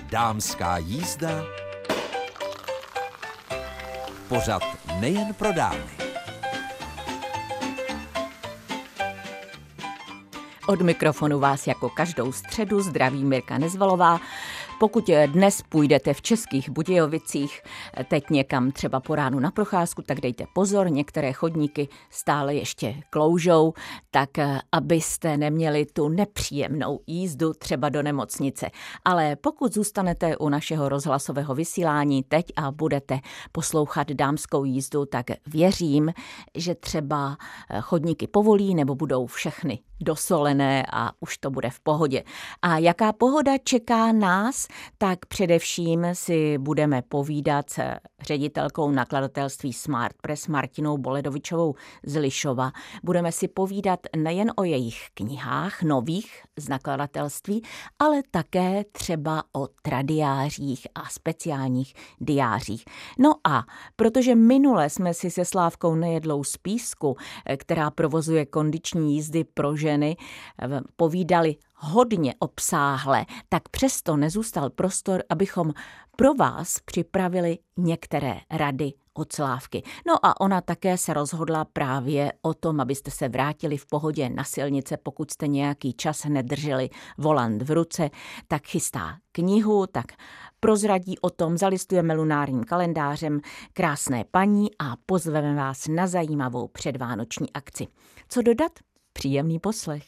Dámská jízda. Pořad nejen pro dámy. Od mikrofonu vás jako každou středu zdraví Mirka Nezvalová. Pokud dnes půjdete v Českých Budějovicích teď někam třeba po ránu na procházku, tak dejte pozor, některé chodníky stále ještě kloužou, tak abyste neměli tu nepříjemnou jízdu třeba do nemocnice. Ale pokud zůstanete u našeho rozhlasového vysílání teď a budete poslouchat dámskou jízdu, tak věřím, že třeba chodníky povolí nebo budou všechny dosolené a už to bude v pohodě. A jaká pohoda čeká nás, tak především si budeme povídat s ředitelkou nakladatelství Smart Press Martinou Boledovičovou z Lišova. Budeme si povídat nejen o jejich knihách nových z nakladatelství, ale také třeba o tradiářích a speciálních diářích. No a protože minule jsme si se Slávkou Nejedlou z Písku, která provozuje kondiční jízdy pro ženy, povídali hodně obsáhle, tak přesto nezůstal prostor, abychom pro vás připravili některé rady od Slávky. No a ona také se rozhodla právě o tom, abyste se vrátili v pohodě na silnice, pokud jste nějaký čas nedrželi volant v ruce, tak chystá knihu, tak prozradí o tom, zalistujeme lunárním kalendářem krásné paní a pozveme vás na zajímavou předvánoční akci. Co dodat? Příjemný poslech.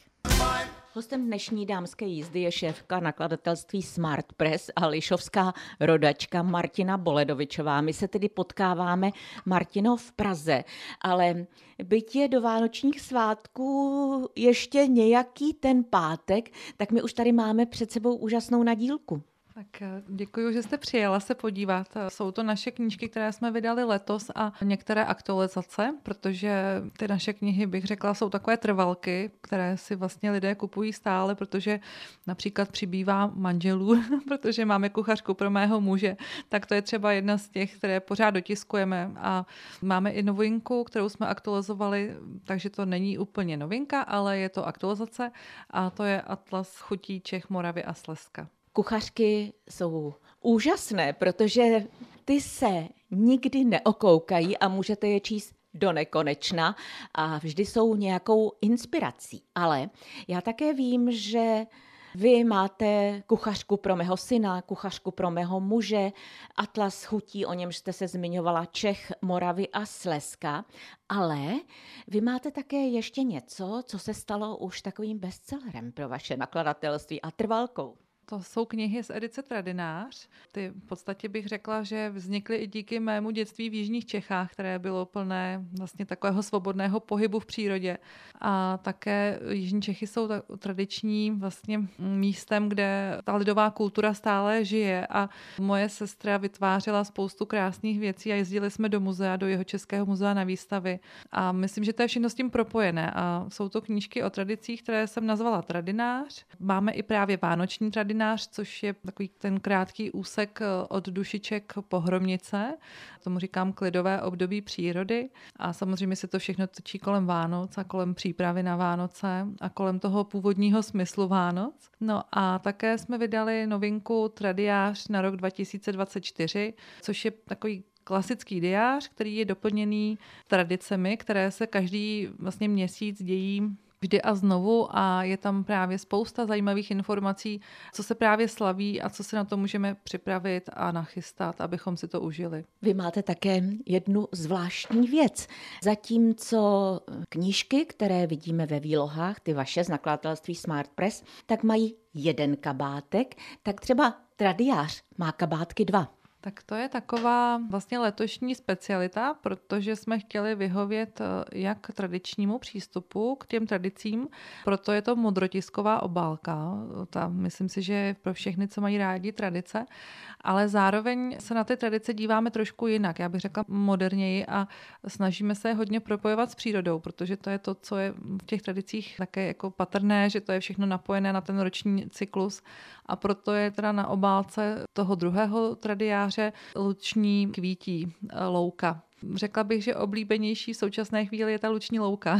Hostem dnešní dámské jízdy je šéfka nakladatelství Smart Press a lišovská rodačka Martina Boledovičová. My se tedy potkáváme, Martino, v Praze, ale byť je do vánočních svátků ještě nějaký ten pátek, tak my už tady máme před sebou úžasnou nadílku. Tak děkuji, že jste přijela se podívat. Jsou to naše knížky, které jsme vydali letos a některé aktualizace, protože ty naše knihy, bych řekla, jsou takové trvalky, které si vlastně lidé kupují stále, protože například přibývá manželů, protože máme kuchařku pro mého muže, tak to je třeba jedna z těch, které pořád dotiskujeme a máme i novinku, kterou jsme aktualizovali, takže to není úplně novinka, ale je to aktualizace a to je Atlas chutí Čech, Moravy a Slezska. Kuchařky jsou úžasné, protože ty se nikdy neokoukají a můžete je číst do nekonečna a vždy jsou nějakou inspirací. Ale já také vím, že vy máte kuchařku pro mého syna, kuchařku pro mého muže, Atlas chutí, o němž jste se zmiňovala, Čech, Moravy a Slezska, ale vy máte také ještě něco, co se stalo už takovým bestsellerem pro vaše nakladatelství a trvalkou. To jsou knihy z edice Tradinář. Ty v podstatě bych řekla, že vznikly i díky mému dětství v jižních Čechách, které bylo plné vlastně takového svobodného pohybu v přírodě. A také jižní Čechy jsou tradiční vlastně místem, kde ta lidová kultura stále žije a moje sestra vytvářela spoustu krásných věcí a jezdili jsme do muzea, do Jihočeského muzea na výstavy. A myslím, že to je všechno s tím propojené. A jsou to knížky o tradicích, které jsem nazvala Tradinář. Máme i právě vánoční tradinář, což je takový ten krátký úsek od Dušiček po Hromnice. Tomu říkám klidové období přírody. A samozřejmě se to všechno točí kolem Vánoc a kolem přípravy na Vánoce a kolem toho původního smyslu Vánoc. No a také jsme vydali novinku Tradiář na rok 2024, což je takový klasický diář, který je doplněný tradicemi, které se každý vlastně měsíc dějí vždy a znovu a je tam právě spousta zajímavých informací, co se právě slaví a co se na to můžeme připravit a nachystat, abychom si to užili. Vy máte také jednu zvláštní věc. Zatímco knížky, které vidíme ve výlohách, ty vaše z nakladatelství Smart Press, tak mají jeden kabátek, tak třeba Tradiář má kabátky 2. Tak to je taková vlastně letošní specialita, protože jsme chtěli vyhovět jak tradičnímu přístupu k těm tradicím, proto je to modrotisková obálka. Myslím si, že je pro všechny, co mají rádi tradice, ale zároveň se na ty tradice díváme trošku jinak, já bych řekla moderněji a snažíme se hodně propojovat s přírodou, protože to je to, co je v těch tradicích také jako patrné, že to je všechno napojené na ten roční cyklus a proto je teda na obálce toho druhého tradiáře luční kvítí louka. Řekla bych, že oblíbenější v současné chvíli je ta luční louka.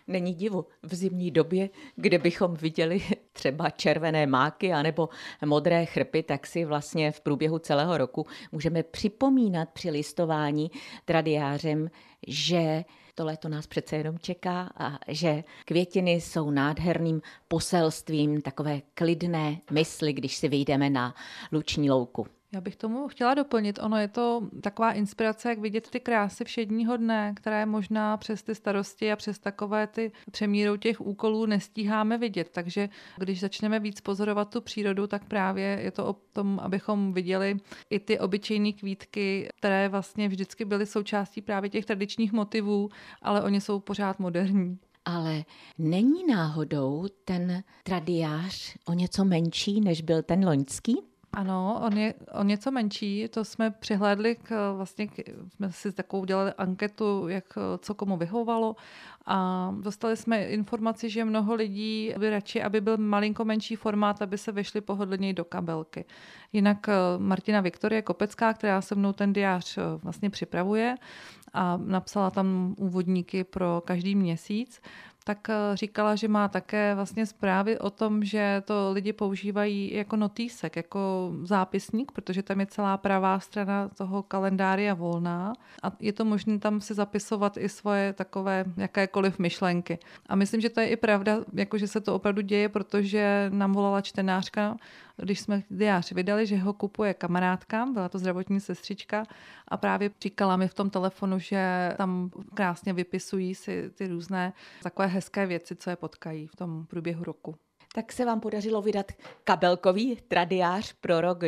Není divu, v zimní době, kde bychom viděli třeba červené máky anebo modré chrpy, tak si vlastně v průběhu celého roku můžeme připomínat při listování tradiářem, že to léto nás přece jenom čeká a že květiny jsou nádherným poselstvím takové klidné mysli, když si vyjdeme na luční louku. Já bych tomu chtěla doplnit, ono je to taková inspirace, jak vidět ty krásy všedního dne, které možná přes ty starosti a přes takové ty přemírou těch úkolů nestíháme vidět. Takže když začneme víc pozorovat tu přírodu, tak právě je to o tom, abychom viděli i ty obyčejné kvítky, které vlastně vždycky byly součástí právě těch tradičních motivů, ale oni jsou pořád moderní. Ale není náhodou ten tradiář o něco menší, než byl ten loňský? Ano, on je o něco menší, to jsme přihlédli jsme si takovou dělali anketu, co komu vyhovovalo a dostali jsme informaci, že mnoho lidí by radši, aby byl malinko menší formát, aby se vešli pohodlněji do kabelky. Jinak Martina Viktorie Kopecká, která se mnou ten diář vlastně připravuje a napsala tam úvodníky pro každý měsíc, tak říkala, že má také vlastně zprávy o tom, že to lidi používají jako notýsek, jako zápisník, protože tam je celá pravá strana toho kalendária volná a je to možné tam si zapisovat i svoje takové jakékoliv myšlenky. A myslím, že to je i pravda, jako že se to opravdu děje, protože nám volala čtenářka, když jsme diář vydali, že ho kupuje kamarádka, byla to zdravotní sestřička a právě říkala mi v tom telefonu, že tam krásně vypisují si ty různé takové hezké věci, co je potkají v tom průběhu roku. Tak se vám podařilo vydat kabelkový tradiář pro rok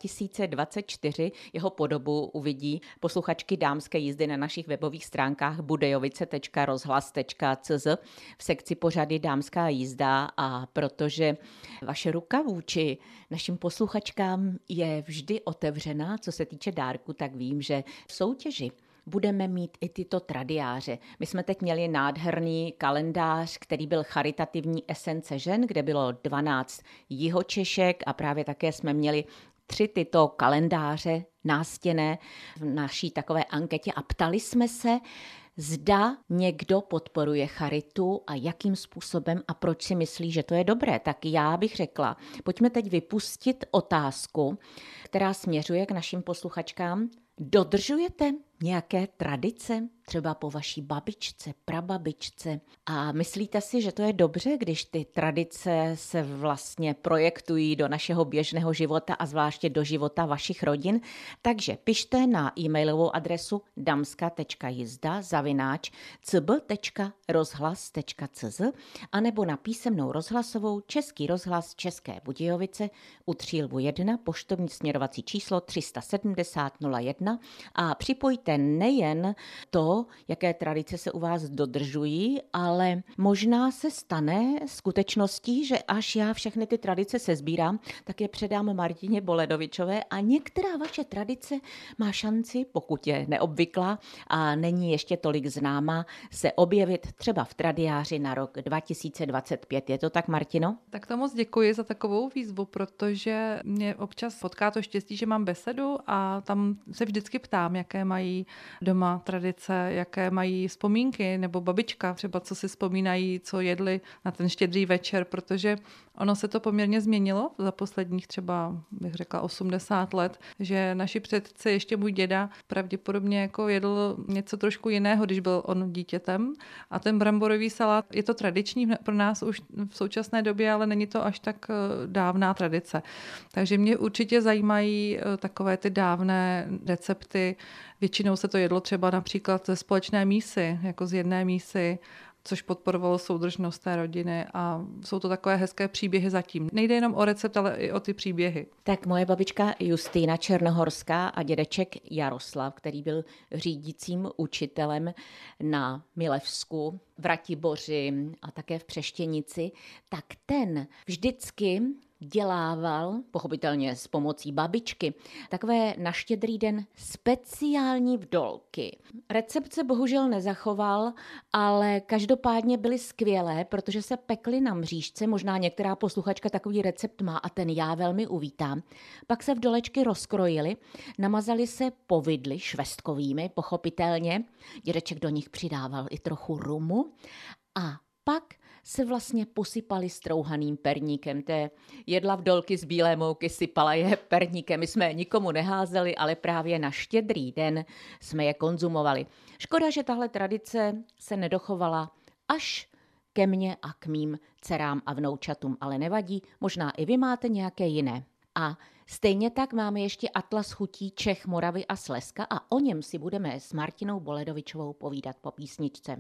2024. Jeho podobu uvidí posluchačky dámské jízdy na našich webových stránkách budejovice.rozhlas.cz v sekci pořady Dámská jízda a protože vaše ruka vůči našim posluchačkám je vždy otevřená, co se týče dárku, tak vím, že v soutěži budeme mít i tyto tradiáře. My jsme teď měli nádherný kalendář, který byl charitativní esence žen, kde bylo 12 jihočešek a právě také jsme měli 3 tyto kalendáře nástěnné v naší takové anketě a ptali jsme se, zda někdo podporuje charitu a jakým způsobem a proč si myslí, že to je dobré. Tak já bych řekla, pojďme teď vypustit otázku, která směřuje k našim posluchačkám. Dodržujete nějaké tradice, třeba po vaší babičce, prababičce a myslíte si, že to je dobře, když ty tradice se vlastně projektují do našeho běžného života a zvláště do života vašich rodin? Takže pište na e-mailovou adresu damska.jizda@cb.rozhlas.cz anebo na písemnou rozhlasovou Český rozhlas České Budějovice u Třílbu 1, poštovní směrovací číslo 370 01 a připojte nejen to, jaké tradice se u vás dodržují, ale možná se stane skutečností, že až já všechny ty tradice sesbírám, tak je předám Martině Boledovičové a některá vaše tradice má šanci, pokud je neobvyklá a není ještě tolik známá, se objevit třeba v tradiáři na rok 2025. Je to tak, Martino? Tak to moc děkuji za takovou výzvu, protože mě občas potká to štěstí, že mám besedu a tam se vždycky ptám, jaké mají doma tradice, jaké mají vzpomínky, nebo babička třeba, co si vzpomínají, co jedli na ten štědrý večer, protože ono se to poměrně změnilo za posledních třeba, bych řekla, 80 let, že naši předci, ještě můj děda, pravděpodobně jako jedl něco trošku jiného, když byl on dítětem a ten bramborový salát je to tradiční pro nás už v současné době, ale není to až tak dávná tradice. Takže mě určitě zajímají takové ty dávné recepty. Většinou se to jedlo třeba například ze společné mísy, jako z jedné mísy, což podporovalo soudržnost té rodiny a jsou to takové hezké příběhy zatím. Nejde jenom o recept, ale i o ty příběhy. Tak moje babička Justýna Černohorská a dědeček Jaroslav, který byl řídícím učitelem na Milevsku, v Ratiboři a také v Přeštěnici, tak ten vždycky dělával, pochopitelně s pomocí babičky, takové na Štědrý den speciální vdolky. Recept se bohužel nezachoval, ale každopádně byly skvělé, protože se pekly na mřížce, možná některá posluchačka takový recept má a ten já velmi uvítám. Pak se vdolečky rozkrojily, namazaly se povidly švestkovými, pochopitelně. Dědeček do nich přidával i trochu rumu a pak se vlastně posypali strouhaným perníkem. Té jedla vdolky z bílé mouky, sypala je perníkem. My jsme je nikomu neházeli, ale právě na Štědrý den jsme je konzumovali. Škoda, že tahle tradice se nedochovala až ke mně a k mým dcerám a vnoučatům, ale nevadí, možná i vy máte nějaké jiné. A stejně tak máme ještě atlas chutí Čech, Moravy a Slezska a o něm si budeme s Martinou Boledovičovou povídat po písničce.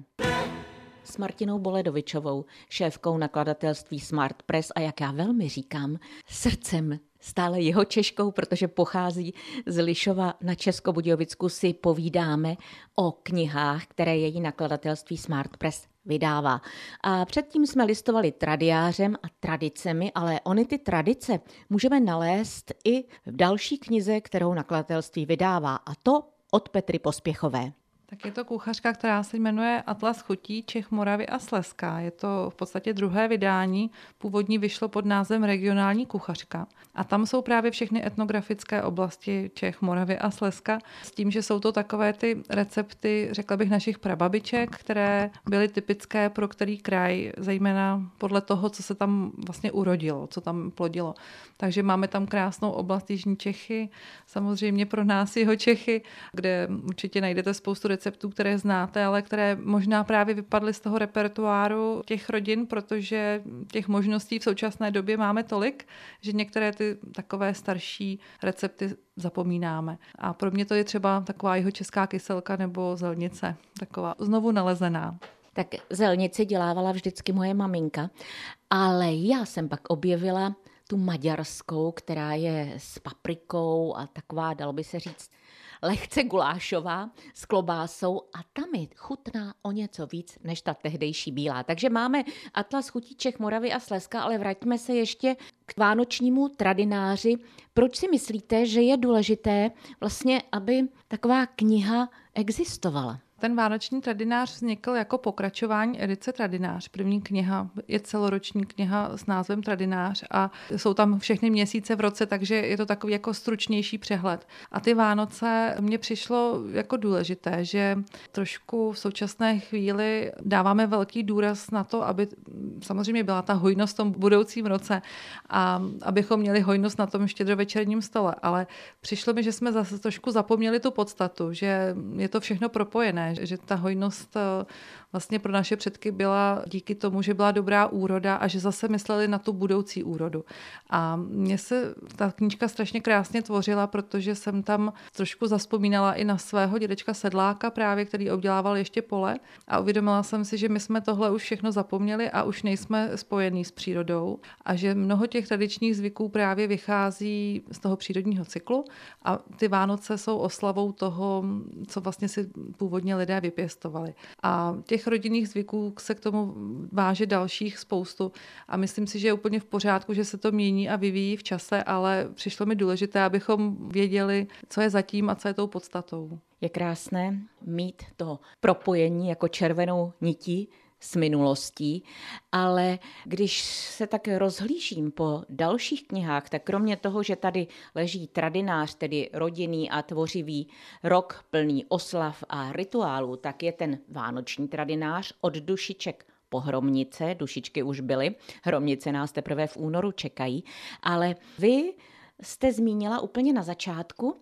S Martinou Boledovičovou, šéfkou nakladatelství Smart Press a jak já velmi říkám, srdcem stále jeho Češkou, protože pochází z Lišova na Českobudějovicku, si povídáme o knihách, které její nakladatelství Smart Press vydává. A předtím jsme listovali tradiářem a tradicemi, ale ony ty tradice můžeme nalézt i v další knize, kterou nakladatelství vydává, a to od Petry Pospěchové. Tak je to kuchařka, která se jmenuje Atlas chutí Čech, Moravy a Slezska. Je to v podstatě druhé vydání. Původní vyšlo pod názvem Regionální kuchařka. A tam jsou právě všechny etnografické oblasti Čech, Moravy a Slezska. S tím, že jsou to takové ty recepty, řekla bych, našich prababiček, které byly typické pro který kraj, zejména podle toho, co se tam vlastně urodilo, co tam plodilo. Takže máme tam krásnou oblast Jižní Čechy, samozřejmě pro nás Jihočechy, kde určitě najdete spoustu receptů, které znáte, ale které možná právě vypadly z toho repertoáru těch rodin, protože těch možností v současné době máme tolik, že některé ty takové starší recepty zapomínáme. A pro mě to je třeba taková jihočeská kyselka nebo zelnice, taková znovu nalezená. Tak zelnici dělávala vždycky moje maminka, ale já jsem pak objevila tu maďarskou, která je s paprikou a taková, dalo by se říct, lehce gulášová s klobásou a ta mi chutná o něco víc než ta tehdejší bílá. Takže máme atlas chutí Čech, Moravy a Slezska, ale vraťme se ještě k vánočnímu tradináři. Proč si myslíte, že je důležité vlastně, aby taková kniha existovala? Ten vánoční tradinář vznikl jako pokračování edice Tradinář. První kniha je celoroční kniha s názvem Tradinář a jsou tam všechny měsíce v roce, takže je to takový jako stručnější přehled. A ty Vánoce mně přišlo jako důležité, že trošku v současné chvíli dáváme velký důraz na to, aby samozřejmě byla ta hojnost v tom budoucím roce a abychom měli hojnost na tom štědrovečerním stole. Ale přišlo mi, že jsme zase trošku zapomněli tu podstatu, že je to všechno propojené, že ta hojnost vlastně pro naše předky byla díky tomu, že byla dobrá úroda a že zase mysleli na tu budoucí úrodu. A mně se ta knížka strašně krásně tvořila, protože jsem tam trošku zazpomínala i na svého dědečka Sedláka právě, který obdělával ještě pole a uvědomila jsem si, že my jsme tohle už všechno zapomněli a už nejsme spojení s přírodou a že mnoho těch tradičních zvyků právě vychází z toho přírodního cyklu a ty Vánoce jsou oslavou toho, co vlastně si původně lidé vypěstovali. A těch rodinných zvyků se k tomu váže dalších spoustu a myslím si, že je úplně v pořádku, že se to mění a vyvíjí v čase, ale přišlo mi důležité, abychom věděli, co je zatím a co je tou podstatou. Je krásné mít to propojení jako červenou nití s minulostí, ale když se tak rozhlížím po dalších knihách, tak kromě toho, že tady leží tradinář, tedy rodinný a tvořivý rok plný oslav a rituálů, tak je ten vánoční tradinář od dušiček po hromnice, dušičky už byly, hromnice nás teprve v únoru čekají, ale vy jste zmínila úplně na začátku,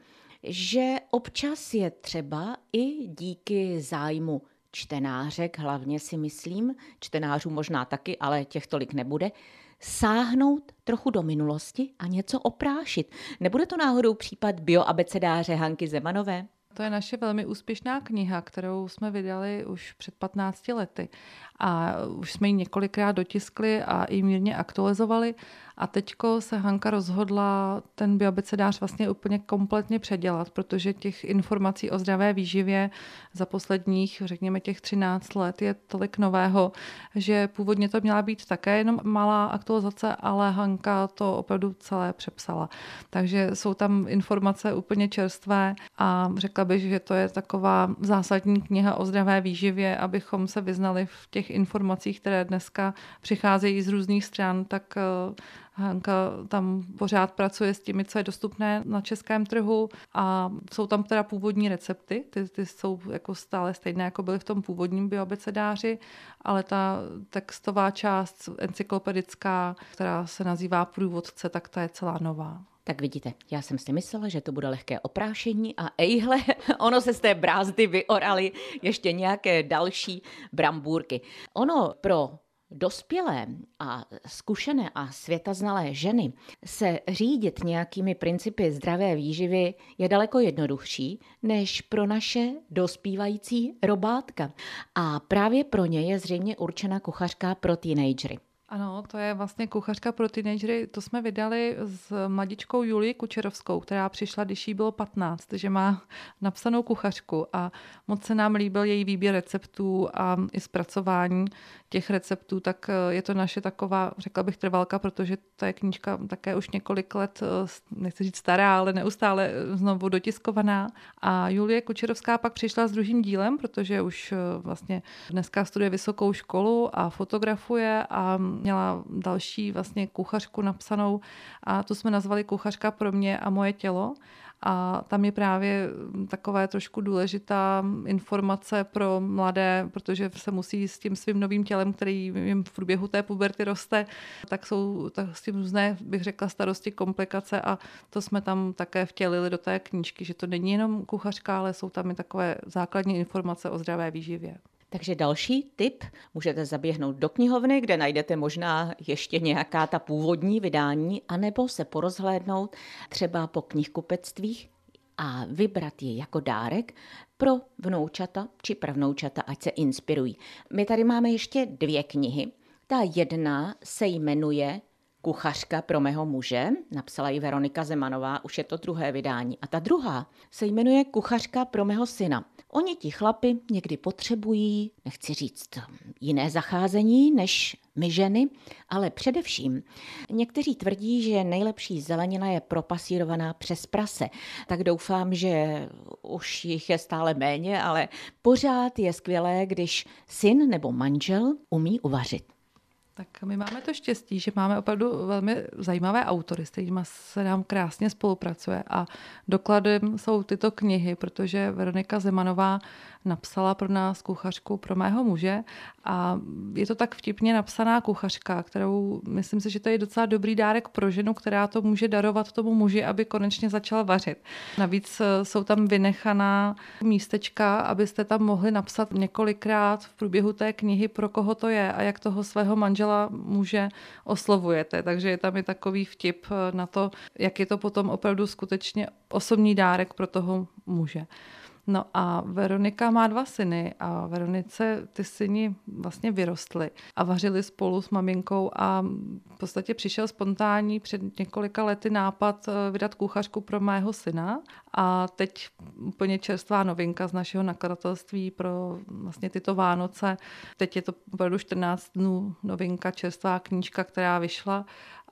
že občas je třeba i díky zájmu čtenářek, hlavně si myslím, čtenářů možná taky, ale těch tolik nebude, sáhnout trochu do minulosti a něco oprášit. Nebude to náhodou případ bioabecedáře Hanky Zemanové? To je naše velmi úspěšná kniha, kterou jsme vydali už před 15 lety a už jsme ji několikrát dotiskli a i mírně aktualizovali a teďko se Hanka rozhodla ten bioabecedář vlastně úplně kompletně předělat, protože těch informací o zdravé výživě za posledních, řekněme těch 13 let je tolik nového, že původně to měla být také jenom malá aktualizace, ale Hanka to opravdu celé přepsala. Takže jsou tam informace úplně čerstvé a řekla že to je taková zásadní kniha o zdravé výživě, abychom se vyznali v těch informacích, které dneska přicházejí z různých stran, tak Hanka tam pořád pracuje s tím, co je dostupné na českém trhu a jsou tam teda původní recepty, ty jsou jako stále stejné, jako byly v tom původním bioabecedáři, ale ta textová část encyklopedická, která se nazývá Průvodce, tak ta je celá nová. Tak vidíte, já jsem si myslela, že to bude lehké oprášení a ejhle, ono se z té brázdy vyoraly ještě nějaké další brambůrky. Ono pro dospělé a zkušené a světaznalé ženy se řídit nějakými principy zdravé výživy je daleko jednodušší než pro naše dospívající robátka. A právě pro ně je zřejmě určena kuchařka pro teenagery. Ano, to je vlastně kuchařka pro teenagery. To jsme vydali s mladičkou Julii Kučerovskou, která přišla, když jí bylo 15, že má napsanou kuchařku a moc se nám líbil její výběr receptů a i zpracování těch receptů, tak je to naše taková, řekla bych, trvalka, protože ta je knížka také už několik let, nechci říct stará, ale neustále znovu dotiskovaná. A Julie Kučerovská pak přišla s druhým dílem, protože už vlastně dneska studuje vysokou školu a fotografuje a měla další vlastně kuchařku napsanou a tu jsme nazvali Kuchařka pro mě a moje tělo. A tam je právě taková trošku důležitá informace pro mladé, protože se musí s tím svým novým tělem, který jim v průběhu té puberty roste, tak jsou s tím různé, bych řekla, starosti, komplikace a to jsme tam také vtělili do té knížky, že to není jenom kuchařka, ale jsou tam i takové základní informace o zdravé výživě. Takže další tip, můžete zaběhnout do knihovny, kde najdete možná ještě nějaká ta původní vydání, anebo se porozhlédnout třeba po knihkupectvích a vybrat je jako dárek pro vnoučata či pravnoučata, ať se inspirují. My tady máme ještě 2 knihy. Ta jedna se jmenuje Kuchařka pro mého muže, napsala ji Veronika Zemanová, už je to 2. vydání. A ta druhá se jmenuje Kuchařka pro mého syna. Oni ti chlapi někdy potřebují, nechci říct, jiné zacházení než my ženy, ale především někteří tvrdí, že nejlepší zelenina je propasírovaná přes prase. Tak doufám, že už jich je stále méně, ale pořád je skvělé, když syn nebo manžel umí uvařit. Tak my máme to štěstí, že máme opravdu velmi zajímavé autory, s kterými se nám krásně spolupracuje a dokladem jsou tyto knihy, protože Veronika Zemanová napsala pro nás Kuchařku pro mého muže a je to tak vtipně napsaná kuchařka, kterou myslím si, že to je docela dobrý dárek pro ženu, která to může darovat tomu muži, aby konečně začal vařit. Navíc jsou tam vynechaná místečka, abyste tam mohli napsat několikrát v průběhu té knihy, pro koho to je a jak toho svého manžela muže oslovujete. Takže je tam i takový vtip na to, jak je to potom opravdu skutečně osobní dárek pro toho muže. No a Veronika má 2 syny a Veronice ty syni vlastně vyrostly a vařili spolu s maminkou a v podstatě přišel spontánní před několika lety nápad vydat kuchařku pro mého syna a teď úplně čerstvá novinka z našeho nakladatelství pro vlastně tyto Vánoce. Teď je to opravdu 14 dnů novinka, čerstvá knížka, která vyšla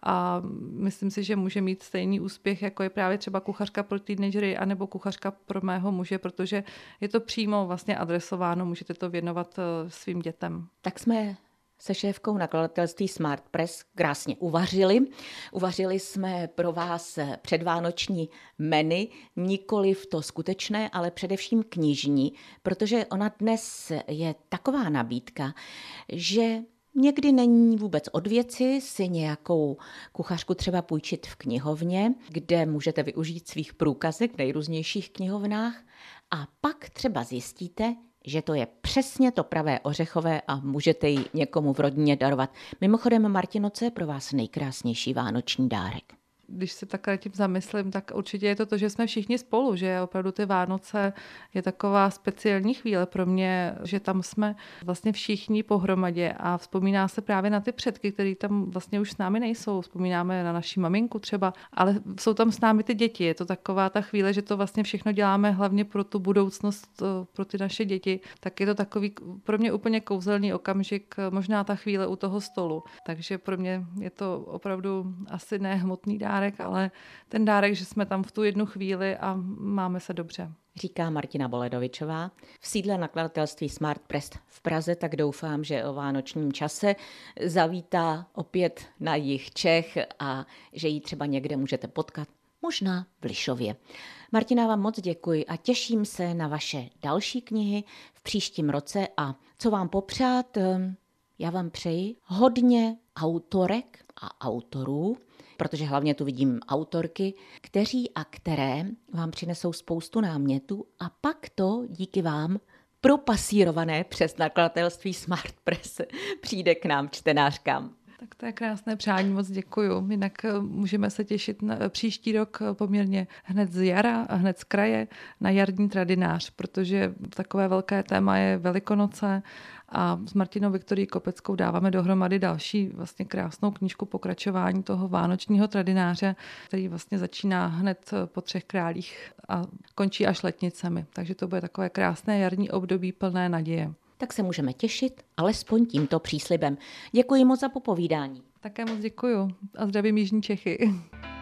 a myslím si, že může mít stejný úspěch, jako je právě třeba Kuchařka pro teenagery anebo Kuchařka pro mého muže, protože je to přímo vlastně adresováno, můžete to věnovat svým dětem. Tak jsme se šéfkou nakladatelství Smart Press krásně uvařili. Uvařili jsme pro vás předvánoční menu, nikoliv to skutečné, ale především knižní, protože ona dnes je taková nabídka, že někdy není vůbec od věci si nějakou kuchařku třeba půjčit v knihovně, kde můžete využít svých průkazek v nejrůznějších knihovnách a pak třeba zjistíte, že to je přesně to pravé ořechové a můžete ji někomu v rodině darovat. Mimochodem, Martino, co je pro vás nejkrásnější vánoční dárek? Když se takhle tím zamyslím, tak určitě je to, že jsme všichni spolu, že opravdu ty Vánoce je taková speciální chvíle pro mě, že tam jsme vlastně všichni pohromadě a vzpomíná se právě na ty předky, který tam vlastně už s námi nejsou. Vzpomínáme na naši maminku třeba, ale jsou tam s námi ty děti. Je to taková ta chvíle, že to vlastně všechno děláme hlavně pro tu budoucnost, pro ty naše děti. Tak je to takový pro mě úplně kouzelný okamžik, možná ta chvíle u toho stolu. Takže pro mě je to opravdu asi nehmotný dárek, dárek, ale ten dárek, že jsme tam v tu jednu chvíli a máme se dobře. Říká Martina Boledovičová. V sídle nakladatelství Smart Press v Praze, tak doufám, že o vánočním čase zavítá opět na jih Čech a že ji třeba někde můžete potkat, možná v Lišově. Martina, vám moc děkuji a těším se na vaše další knihy v příštím roce a co vám popřát, já vám přeji hodně autorek a autorů, protože hlavně tu vidím autorky, kteří a které vám přinesou spoustu námětů a pak to díky vám propasírované přes nakladatelství Smart Press přijde k nám čtenářkám. Tak to je krásné přání, moc děkuju. Jinak můžeme se těšit na příští rok poměrně hned z jara a hned z kraje na jarní tradinář, protože takové velké téma je Velikonoce a s Martinou Viktorií Kopeckou dáváme dohromady další vlastně krásnou knížku pokračování toho vánočního tradináře, který vlastně začíná hned po 3 králích a končí až letnicemi. Takže to bude takové krásné jarní období plné naděje. Tak se můžeme těšit, alespoň tímto příslibem. Děkuji moc za popovídání. Také moc děkuju a zdravím jižní Čechy.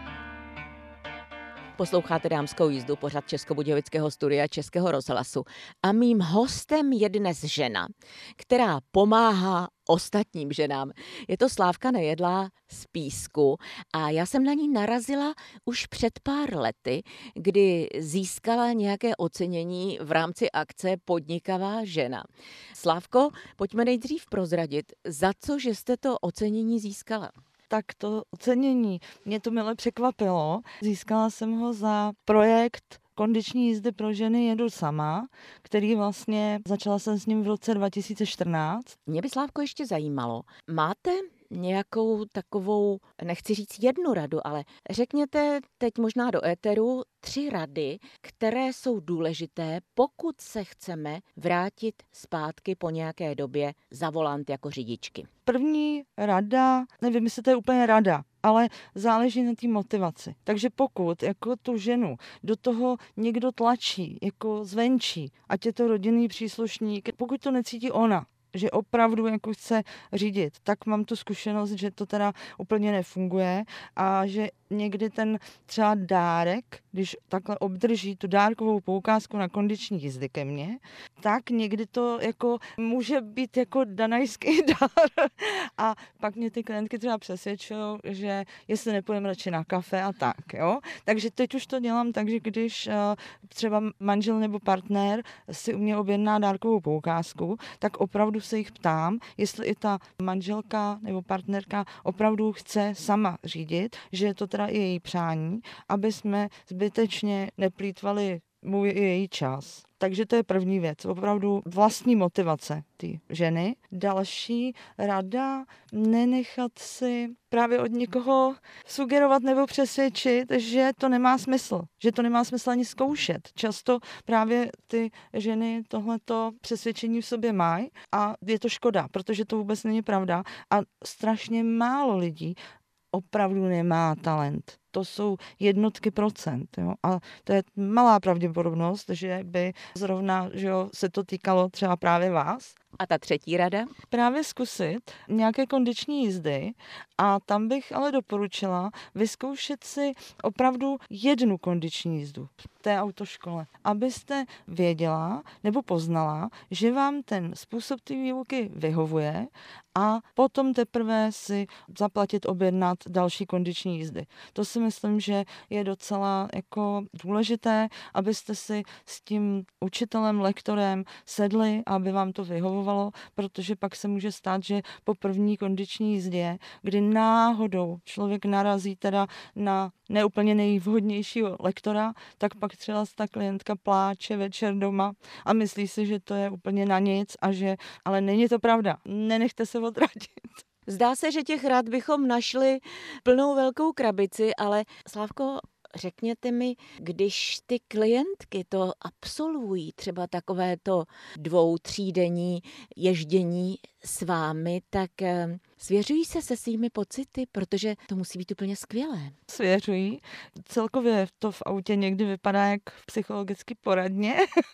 Posloucháte Dámskou jízdu, pořad Českobudějovického studia Českého rozhlasu. A mým hostem je dnes žena, která pomáhá ostatním ženám. Je to Slávka Nejedlá z Písku a já jsem na ní narazila už před pár lety, kdy získala nějaké ocenění v rámci akce Podnikavá žena. Slávko, pojďme nejdřív prozradit, za co, že jste to ocenění získala? Tak to ocenění mě to mile překvapilo. Získala jsem ho za projekt kondiční jízdy pro ženy jedu sama, který vlastně začala jsem s ním v roce 2014. Mě by, Slávko, ještě zajímalo, máte nějakou takovou, nechci říct jednu radu, ale řekněte teď možná do éteru 3 rady, které jsou důležité, pokud se chceme vrátit zpátky po nějaké době za volant jako řidičky. První rada, nevím, jestli to je úplně rada, ale záleží na té motivaci. Takže pokud jako tu ženu do toho někdo tlačí, jako zvenčí, ať je to rodinný příslušník, pokud to necítí ona, že opravdu jako chce řídit, tak mám tu zkušenost, že to teda úplně nefunguje a že někdy ten třeba dárek, když takhle obdrží tu dárkovou poukázku na kondiční jízdy ke mně, tak někdy to jako může být jako danajský dár a pak mě ty klientky třeba přesvědčují, že jestli nepůjdeme radši na kafe a tak, jo. Takže teď už to dělám tak, že když třeba manžel nebo partner si u mě objedná dárkovou poukázku, tak opravdu se jich ptám, jestli i ta manželka nebo partnerka opravdu chce sama řídit, že je to teda i její přání, aby jsme zbytečně neplýtvali můj i její čas. Takže to je první věc, opravdu vlastní motivace ty ženy. Další rada, nenechat si právě od někoho sugerovat nebo přesvědčit, že to nemá smysl, že to nemá smysl ani zkoušet. Často právě ty ženy tohleto přesvědčení v sobě mají a je to škoda, protože to vůbec není pravda a strašně málo lidí opravdu nemá talent. To jsou jednotky procent. Jo? A to je malá pravděpodobnost, že by zrovna se to týkalo třeba právě vás. A ta 3. rada? Právě zkusit nějaké kondiční jízdy a tam bych ale doporučila vyzkoušet si opravdu jednu kondiční jízdu v té autoškole, abyste věděla nebo poznala, že vám ten způsob té výuky vyhovuje a potom teprve si zaplatit, objednat další kondiční jízdy. To si myslím, že je docela jako důležité, abyste si s tím učitelem, lektorem sedli, aby vám to vyhovovalo, protože pak se může stát, že po první kondiční jízdě, kdy náhodou člověk narazí teda na neúplně nejvhodnějšího lektora, tak pak třeba ta klientka pláče večer doma a myslí si, že to je úplně na nic a že, ale není to pravda. Nenechte se odradit. Zdá se, že těch rad bychom našli plnou velkou krabici, ale Slávko, řekněte mi, když ty klientky to absolvují, třeba takovéto 2-3denní ježdění s vámi, tak svěřují se svými pocity, protože to musí být úplně skvělé. Svěřují. Celkově to v autě někdy vypadá jak psychologicky poradně.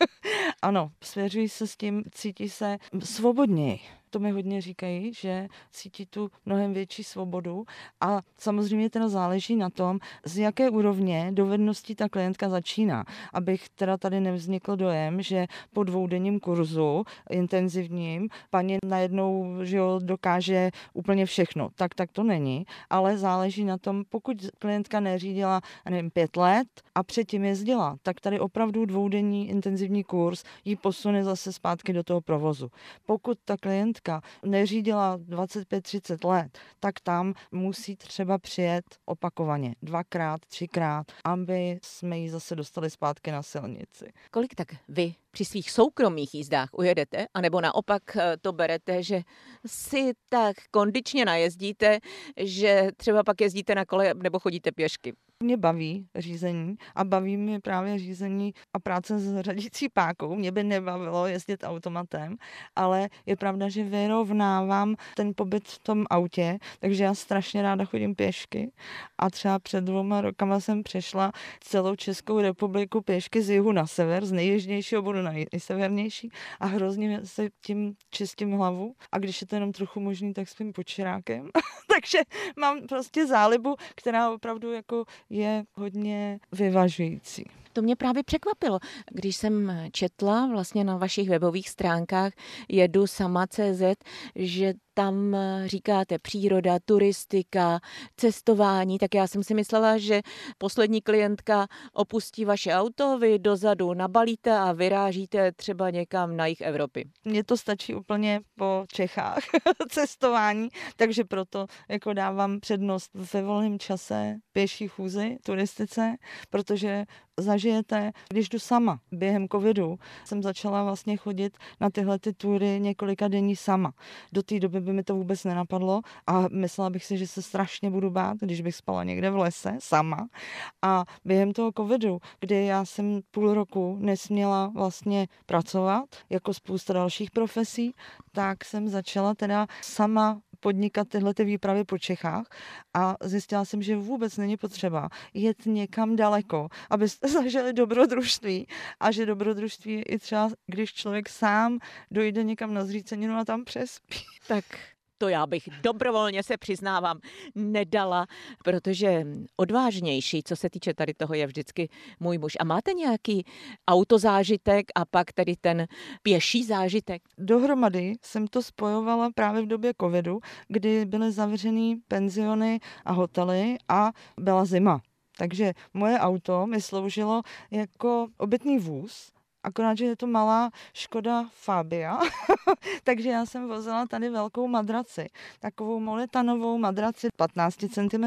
Ano, svěřují se s tím, cítí se svobodněji. To mi hodně říkají, že cítí tu mnohem větší svobodu a samozřejmě teda záleží na tom, z jaké úrovně dovedností ta klientka začíná. Abych teda tady nevznikl dojem, že po 2denním kurzu intenzivním paní najednou, že jo, dokáže úplně všechno. Tak to není, ale záleží na tom, pokud klientka neřídila, nevím, 5 let a předtím jezdila, tak tady opravdu 2denní intenzivní kurz ji posune zase zpátky do toho provozu. Pokud ta klientka neřídila 25-30 let, tak tam musí třeba přijet opakovaně 2krát, 3krát, aby jsme ji zase dostali zpátky na silnici. Kolik tak vy při svých soukromých jízdách ujedete, anebo naopak to berete, že si tak kondičně najezdíte, že třeba pak jezdíte na kole nebo chodíte pěšky? Mě baví řízení a baví mě právě řízení a práce s řadící pákou. Mě by nebavilo jezdit automatem, ale je pravda, že vyrovnávám ten pobyt v tom autě, takže já strašně ráda chodím pěšky a třeba před 2 rokama jsem přešla celou Českou republiku pěšky z jihu na sever, z nejjižnějšího bodu na nejsevernější a hrozně se tím čistím hlavu a když je to jenom trochu možný, tak spím pod čirákem. Takže mám prostě zálibu, která opravdu jako je hodně vyvažující. To mě právě překvapilo, když jsem četla vlastně na vašich webových stránkách jedusama.cz, že tam říkáte příroda, turistika, cestování, tak já jsem si myslela, že poslední klientka opustí vaše auto, vy dozadu nabalíte a vyrážíte třeba někam na jih Evropy. Mně to stačí úplně po Čechách cestování, takže proto jako dávám přednost ve volném čase pěší chůzi, turistice, protože zažijete, když jdu sama. Během covidu jsem začala vlastně chodit na tyhle ty tury několika denní sama. Do té doby by mi to vůbec nenapadlo a myslela bych si, že se strašně budu bát, když bych spala někde v lese sama. A během toho covidu, kdy já jsem půl roku nesměla vlastně pracovat, jako spousta dalších profesí, tak jsem začala teda sama podnikat tyhle ty výpravy po Čechách a zjistila jsem, že vůbec není potřeba jet někam daleko, abyste zažili dobrodružství a že dobrodružství je i třeba, když člověk sám dojde někam na zříceninu a tam přespí. Tak to já bych dobrovolně se přiznávám nedala, protože odvážnější, co se týče tady toho, je vždycky můj muž. A máte nějaký autozážitek a pak tady ten pěší zážitek? Dohromady jsem to spojovala právě v době covidu, kdy byly zavřený penziony a hotely a byla zima. Takže moje auto mi sloužilo jako obytný vůz, akorát, že je to malá Škoda Fabia, takže já jsem vozila tady velkou madraci, takovou molitanovou madraci 15 cm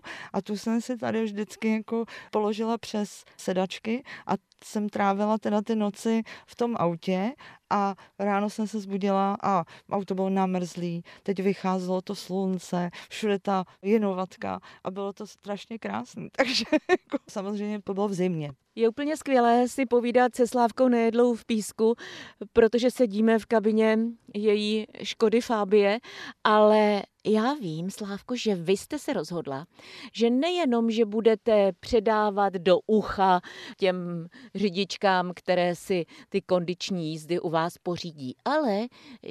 a tu jsem si tady vždycky jako položila přes sedačky a jsem trávila teda ty noci v tom autě a ráno jsem se zbudila a auto bylo namrzlý, teď vycházelo to slunce, všude ta jinovatka a bylo to strašně krásné, takže jako, samozřejmě to bylo v zimě. Je úplně skvělé si povídat se Slávkou Nejedlou v Písku, protože sedíme v kabině její Škody Fabie, ale já vím, Slávko, že vy jste se rozhodla, že nejenom, že budete předávat do ucha těm řidičkám, které si ty kondiční jízdy u vás pořídí, ale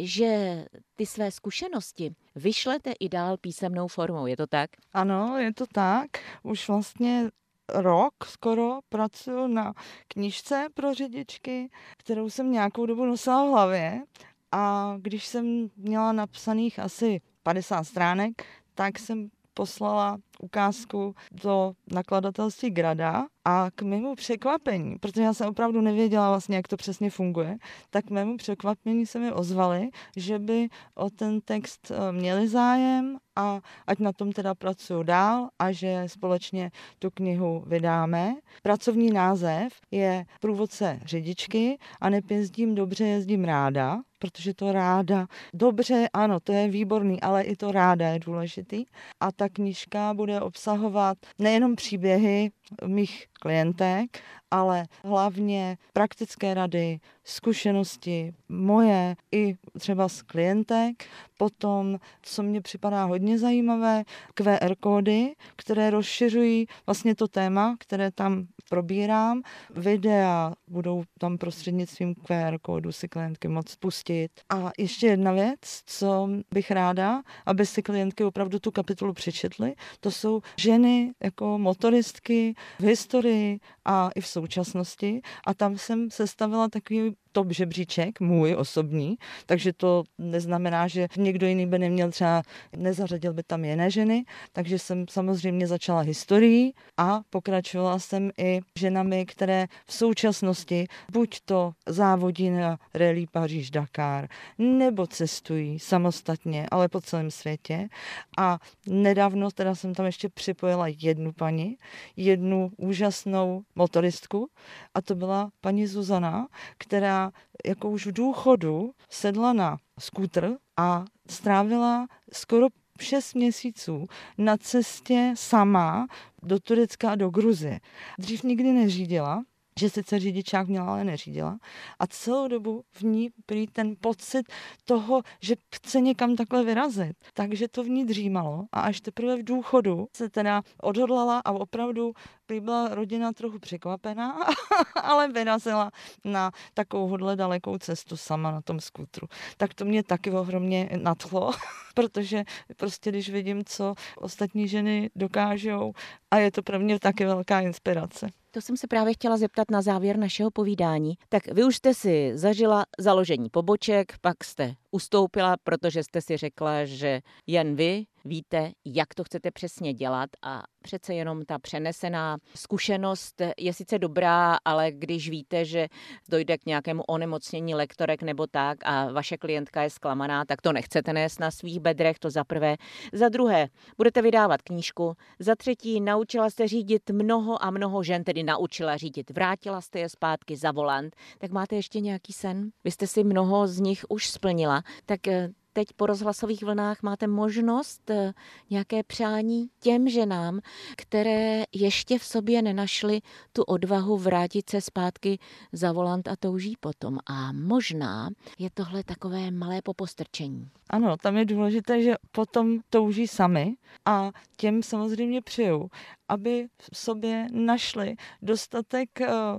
že ty své zkušenosti vyšlete i dál písemnou formou, je to tak? Ano, je to tak. Už vlastně rok skoro pracuji na knížce pro řidičky, kterou jsem nějakou dobu nosila v hlavě a když jsem měla napsaných asi 50 stránek, tak jsem poslala ukázku do nakladatelství Grada a k mému překvapení, protože já jsem opravdu nevěděla vlastně, jak to přesně funguje, tak k mému překvapení se mi ozvali, že by o ten text měli zájem a ať na tom teda pracuju dál a že společně tu knihu vydáme. Pracovní název je Průvodce řidičky a nepjezdím dobře, jezdím ráda, protože to ráda, dobře, ano, to je výborný, ale i to ráda je důležitý. A ta knížka bude obsahovat nejenom příběhy mých klientek, ale hlavně praktické rady, zkušenosti moje i třeba z klientek. Potom, co mně připadá hodně zajímavé, QR kódy, které rozšiřují vlastně to téma, které tam probírám. Videa budou tam prostřednictvím QR kódu si klientky moc pustit. A ještě jedna věc, co bych ráda, aby si klientky opravdu tu kapitolu přečetly, to jsou ženy jako motoristky v historii a i v současnosti. A tam jsem sestavila takový top žebříček, můj osobní, takže to neznamená, že někdo jiný by neměl třeba, nezařadil by tam jiné ženy, takže jsem samozřejmě začala historií a pokračovala jsem i ženami, které v současnosti buď to závodí na Rallye Paříž-Dakar, nebo cestují samostatně, ale po celém světě. A nedávno teda jsem tam ještě připojila jednu paní, jednu úžasnou motoristku, a to byla paní Zuzana, která jako už v důchodu sedla na skútr a strávila skoro 6 měsíců na cestě sama do Turecka a do Gruzie. Dřív nikdy neřídila, že sice řidičák měla, ale neřídila. A celou dobu v ní byl ten pocit toho, že chce někam takhle vyrazit. Takže to v ní dřímalo a až teprve v důchodu se teda odhodlala a opravdu byla rodina trochu překvapená, ale vyrazila na takovouhle dalekou cestu sama na tom skútru. Tak to mě taky ohromně nadchlo, protože prostě když vidím, co ostatní ženy dokážou, a je to pro mě taky velká inspirace. To jsem se právě chtěla zeptat na závěr našeho povídání. Tak vy už jste si zažila založení poboček, pak jste ustoupila, protože jste si řekla, že jen vy víte, jak to chcete přesně dělat a přece jenom ta přenesená zkušenost je sice dobrá, ale když víte, že dojde k nějakému onemocnění lektorek nebo tak a vaše klientka je zklamaná, tak to nechcete nést na svých bedrech, to za prvé. Za druhé, budete vydávat knížku. Za třetí, naučila jste řídit mnoho a mnoho žen, tedy naučila řídit. Vrátila jste je zpátky za volant. Tak máte ještě nějaký sen? Vy jste si mnoho z nich už splnila. Tak teď po rozhlasových vlnách máte možnost nějaké přání těm ženám, které ještě v sobě nenašly tu odvahu vrátit se zpátky za volant a touží potom. A možná je tohle takové malé popostrčení. Ano, tam je důležité, že potom touží sami a těm samozřejmě přeju, aby v sobě našli dostatek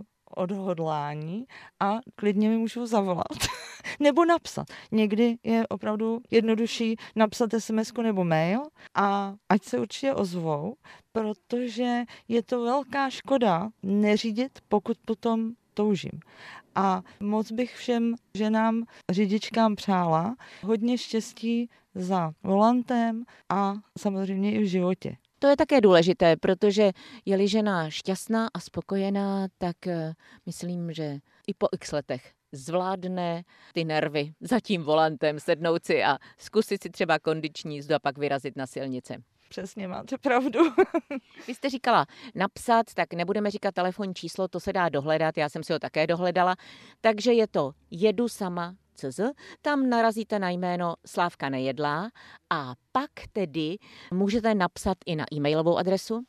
odhodlání a klidně mi můžou zavolat nebo napsat. Někdy je opravdu jednodušší napsat SMS-ku nebo mail a ať se určitě ozvou, protože je to velká škoda neřídit, pokud potom toužím. A moc bych všem ženám, řidičkám přála hodně štěstí za volantem a samozřejmě i v životě. To je také důležité, protože je-li žena šťastná a spokojená, tak myslím, že i po x letech zvládne ty nervy za tím volantem, sednout si a zkusit si třeba kondiční jízdu a pak vyrazit na silnici. Přesně, máte pravdu. Vy jste říkala napsat, tak nebudeme říkat telefonní číslo, to se dá dohledat, já jsem si ho také dohledala. Takže je to jedusama.cz, tam narazíte na jméno Slávka Nejedlá a pak tedy můžete napsat i na e-mailovou adresu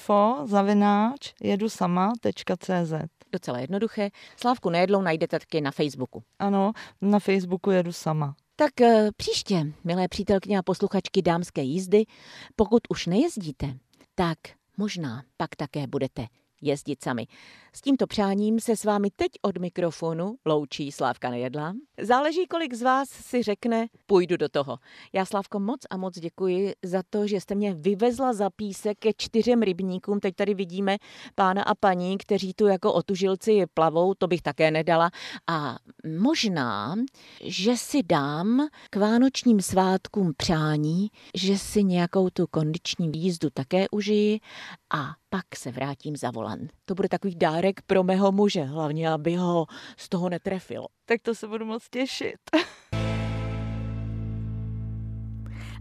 info@jedusama.cz. Docela jednoduché. Slávku Nejedlou najdete taky na Facebooku. Ano, na Facebooku Jedu sama. Tak příště, milé přítelkyně a posluchačky dámské jízdy, pokud už nejezdíte, tak možná pak také budete jezdit sami. S tímto přáním se s vámi teď od mikrofonu loučí Slávka Nejedlá. Záleží, kolik z vás si řekne, půjdu do toho. Já, Slávko, moc a moc děkuji za to, že jste mě vyvezla za písek ke 4 rybníkům. Teď tady vidíme pána a paní, kteří tu jako otužilci plavou, to bych také nedala. A možná, že si dám k vánočním svátkům přání, že si nějakou tu kondiční jízdu také užiji a pak se vrátím za volant. To bude takový dárek pro mého muže, hlavně aby ho z toho netrefilo. Tak to se budu moc těšit.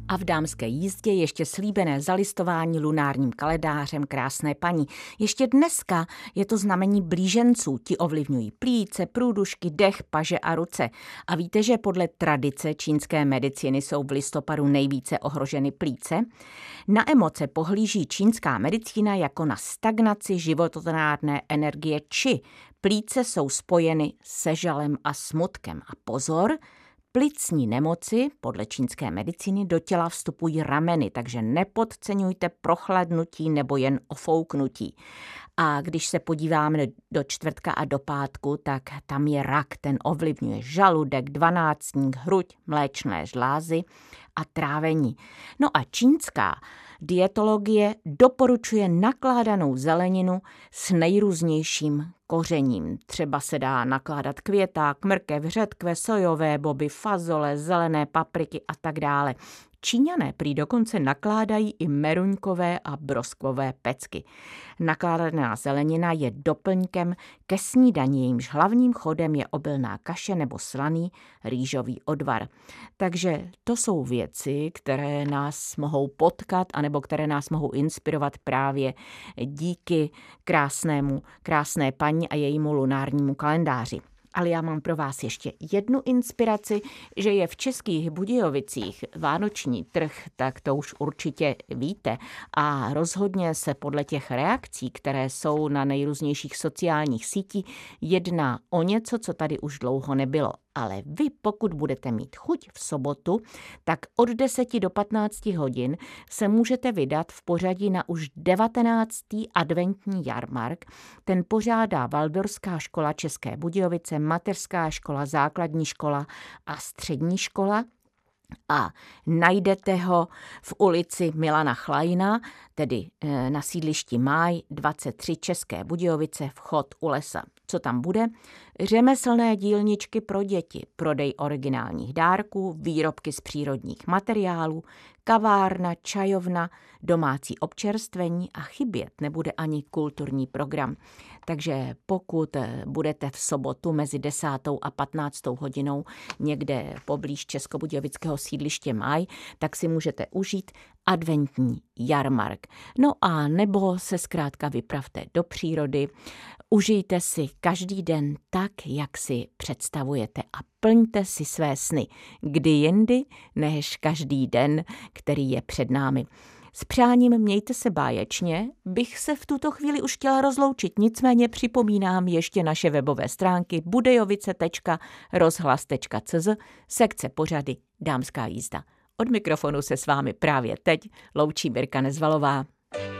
A v dámské jízdě ještě slíbené zalistování lunárním kalendářem krásné paní. Ještě dneska je to znamení blíženců. Ti ovlivňují plíce, průdušky, dech, paže a ruce. A víte, že podle tradice čínské medicíny jsou v listopadu nejvíce ohroženy plíce? Na emoce pohlíží čínská medicína jako na stagnaci životodárné energie či. Plíce jsou spojeny se žalem a smutkem. A pozor, plicní nemoci podle čínské medicíny do těla vstupují rameny, takže nepodceňujte prochladnutí nebo jen ofouknutí. A když se podíváme do čtvrtka a do pátku, tak tam je rak, ten ovlivňuje žaludek, dvanáctník, hruď, mléčné žlázy a trávení. No a čínská dietologie doporučuje nakládanou zeleninu s nejrůznějším kořením. Třeba se dá nakládat květák, mrkev, řetkve, sojové boby, fazole, zelené papriky a tak dále. Číňané prý dokonce nakládají i meruňkové a broskvové pecky. Nakládaná zelenina je doplňkem ke snídani, jejímž hlavním chodem je obilná kaše nebo slaný rýžový odvar. Takže to jsou věci, které nás mohou potkat anebo které nás mohou inspirovat právě díky krásné paní a jejímu lunárnímu kalendáři. Ale já mám pro vás ještě jednu inspiraci, že je v Českých Budějovicích vánoční trh, tak to už určitě víte. A rozhodně se podle těch reakcí, které jsou na nejrůznějších sociálních sítích, jedná o něco, co tady už dlouho nebylo. Ale vy, pokud budete mít chuť v sobotu, tak od 10 do 15 hodin se můžete vydat v pořadí na už 19. adventní jarmark. Ten pořádá Valdorská škola České Budějovice, mateřská škola, základní škola a střední škola. A najdete ho v ulici Milana Chlajna, tedy na sídlišti Máj 23 České Budějovice, vchod u lesa. Co tam bude? Řemeslné dílničky pro děti, prodej originálních dárků, výrobky z přírodních materiálů, kavárna, čajovna, domácí občerstvení a chybět nebude ani kulturní program. Takže pokud budete v sobotu mezi 10. a 15. hodinou někde poblíž českobudějovického sídliště Máj, tak si můžete užít adventní jarmark. No a nebo se zkrátka vypravte do přírody, užijte si každý den tak, jak si představujete a plňte si své sny. Kdy jindy, než každý den, který je před námi. S přáním mějte se báječně, bych se v tuto chvíli už chtěla rozloučit, nicméně připomínám ještě naše webové stránky budejovice.rozhlas.cz, sekce pořady Dámská jízda. Od mikrofonu se s vámi právě teď loučí Mirka Nezvalová.